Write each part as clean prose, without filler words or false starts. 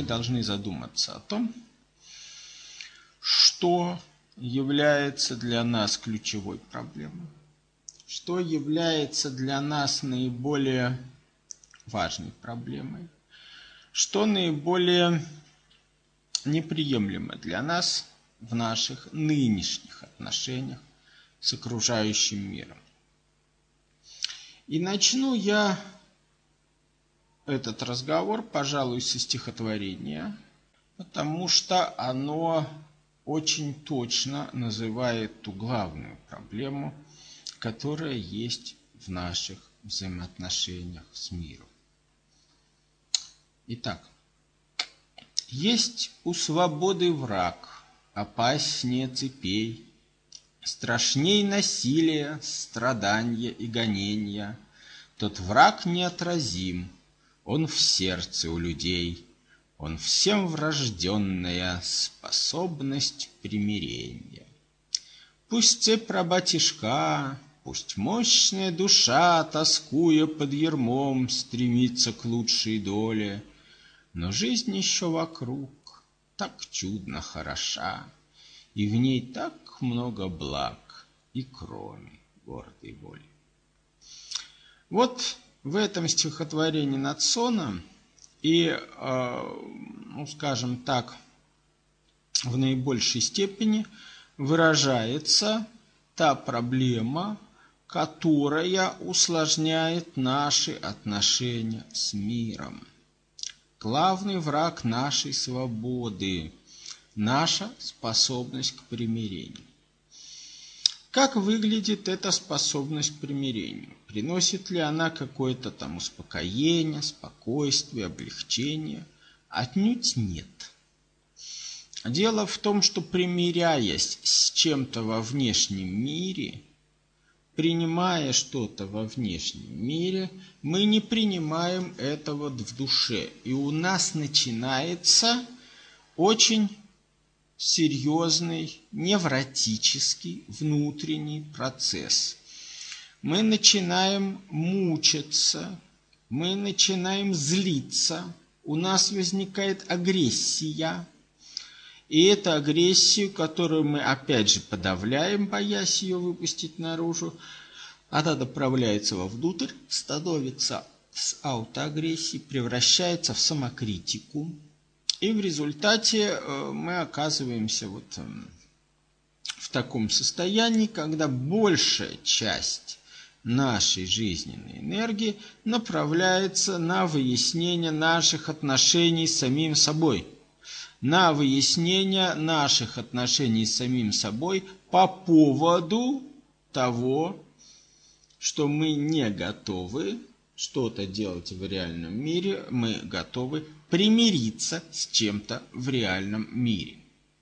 должны задуматься о том, что является для нас ключевой проблемой, что является для нас наиболее важной проблемой, что наиболее неприемлемо для нас в наших нынешних отношениях с окружающим миром. И начну я этот разговор, пожалуй, со стихотворения, потому что оно очень точно называет ту главную проблему, которая есть в наших взаимоотношениях с миром. Итак, есть у свободы враг, опаснее цепей, страшней насилия, страдания и гонения. Тот враг неотразим, он в сердце у людей, он всем врожденная способность примирения. Пусть цепь раба тяжка, пусть мощная душа, тоскуя под ярмом, стремится к лучшей доле, но жизнь еще вокруг так чудно хороша, и в ней так много благ, и кроме гордой боли. Вот в этом стихотворении Надсона и, скажем так, в наибольшей степени выражается та проблема, которая усложняет наши отношения с миром. Главный враг нашей свободы – наша способность к примирению. Как выглядит эта способность к примирению? Приносит ли она какое-то там успокоение, спокойствие, облегчение? Отнюдь нет. Дело в том, что примиряясь с чем-то во внешнем мире, принимая что-то во внешнем мире, мы не принимаем этого в душе. И у нас начинается очень серьезный, невротический внутренний процесс. Мы начинаем мучиться, мы начинаем злиться, у нас возникает агрессия. И эту агрессию, которую мы опять же подавляем, боясь ее выпустить наружу, она направляется вовнутрь, становится с аутоагрессией, превращается в самокритику. И в результате мы оказываемся в таком состоянии, когда большая часть нашей жизненной энергии направляется на выяснение наших отношений с самим собой. На выяснение наших отношений с самим собой по поводу того, что мы не готовы что-то делать в реальном мире, мы готовы примириться с чем-то в реальном мире.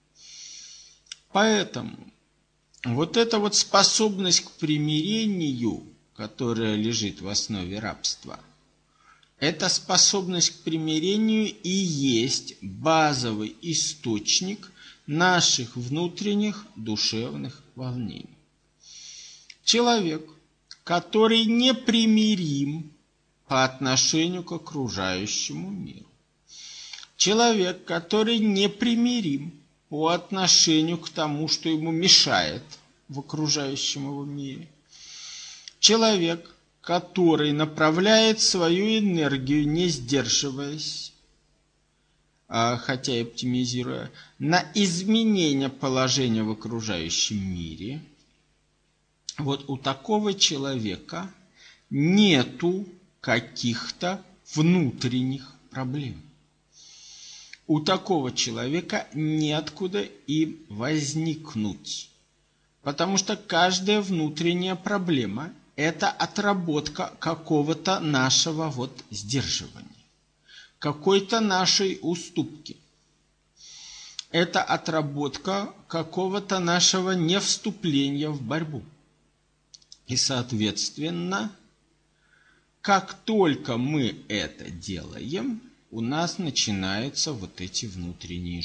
Поэтому вот эта вот способность к примирению, которая лежит в основе рабства, эта способность к примирению и есть базовый источник наших внутренних душевных волнений. Человек, который непримирим по отношению к окружающему миру, человек, который непримирим по отношению к тому, что ему мешает в окружающем его мире, человек, который направляет свою энергию, не сдерживаясь, хотя и оптимизируя, на изменение положения в окружающем мире, вот у такого человека нету каких-то внутренних проблем. У такого человека неоткуда им возникнуть, потому что каждая внутренняя проблема – это отработка какого-то нашего сдерживания, какой-то нашей уступки. Это отработка какого-то нашего невступления в борьбу. И, соответственно, как только мы это делаем, у нас начинаются вот эти внутренние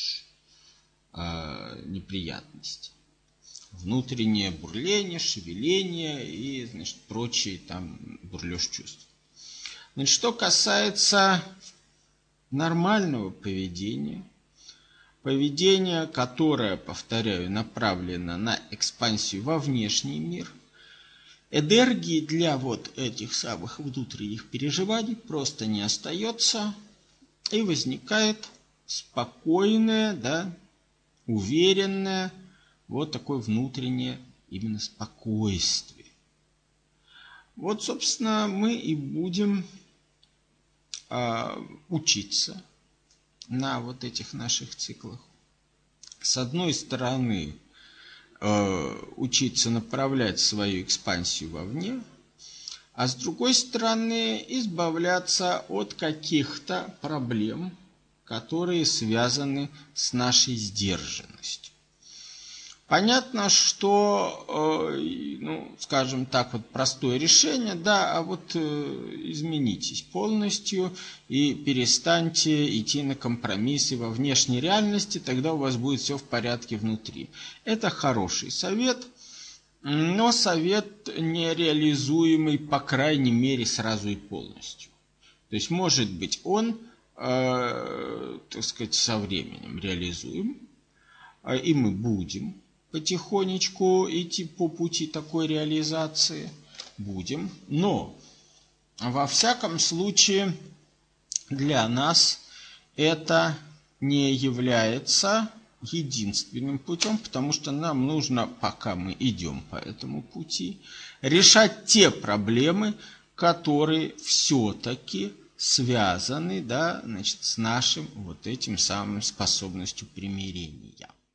неприятности. Внутреннее бурление, шевеление и, прочий там бурлеж чувств. Что касается нормального поведения, поведение, которое, повторяю, направлено на экспансию во внешний мир, энергии для вот этих самых внутренних переживаний просто не остается, и возникает спокойное, да, уверенное, вот такое внутреннее именно спокойствие. Вот, собственно, мы и будем учиться на вот этих наших циклах. С одной стороны, учиться направлять свою экспансию вовне, а с другой стороны, избавляться от каких-то проблем, которые связаны с нашей сдержанностью. Понятно, что, скажем так, вот простое решение, да, а вот изменитесь полностью и перестаньте идти на компромиссы во внешней реальности, тогда у вас будет все в порядке внутри. Это хороший совет, но совет нереализуемый, по крайней мере, сразу и полностью. То есть, может быть, он, так сказать, со временем реализуем, и мы будем потихонечку идти по пути такой реализации, будем, но во всяком случае для нас это не является единственным путем, потому что нам нужно, пока мы идем по этому пути, решать те проблемы, которые все-таки связаны, да, значит, с нашим вот этим самым способностью примирения.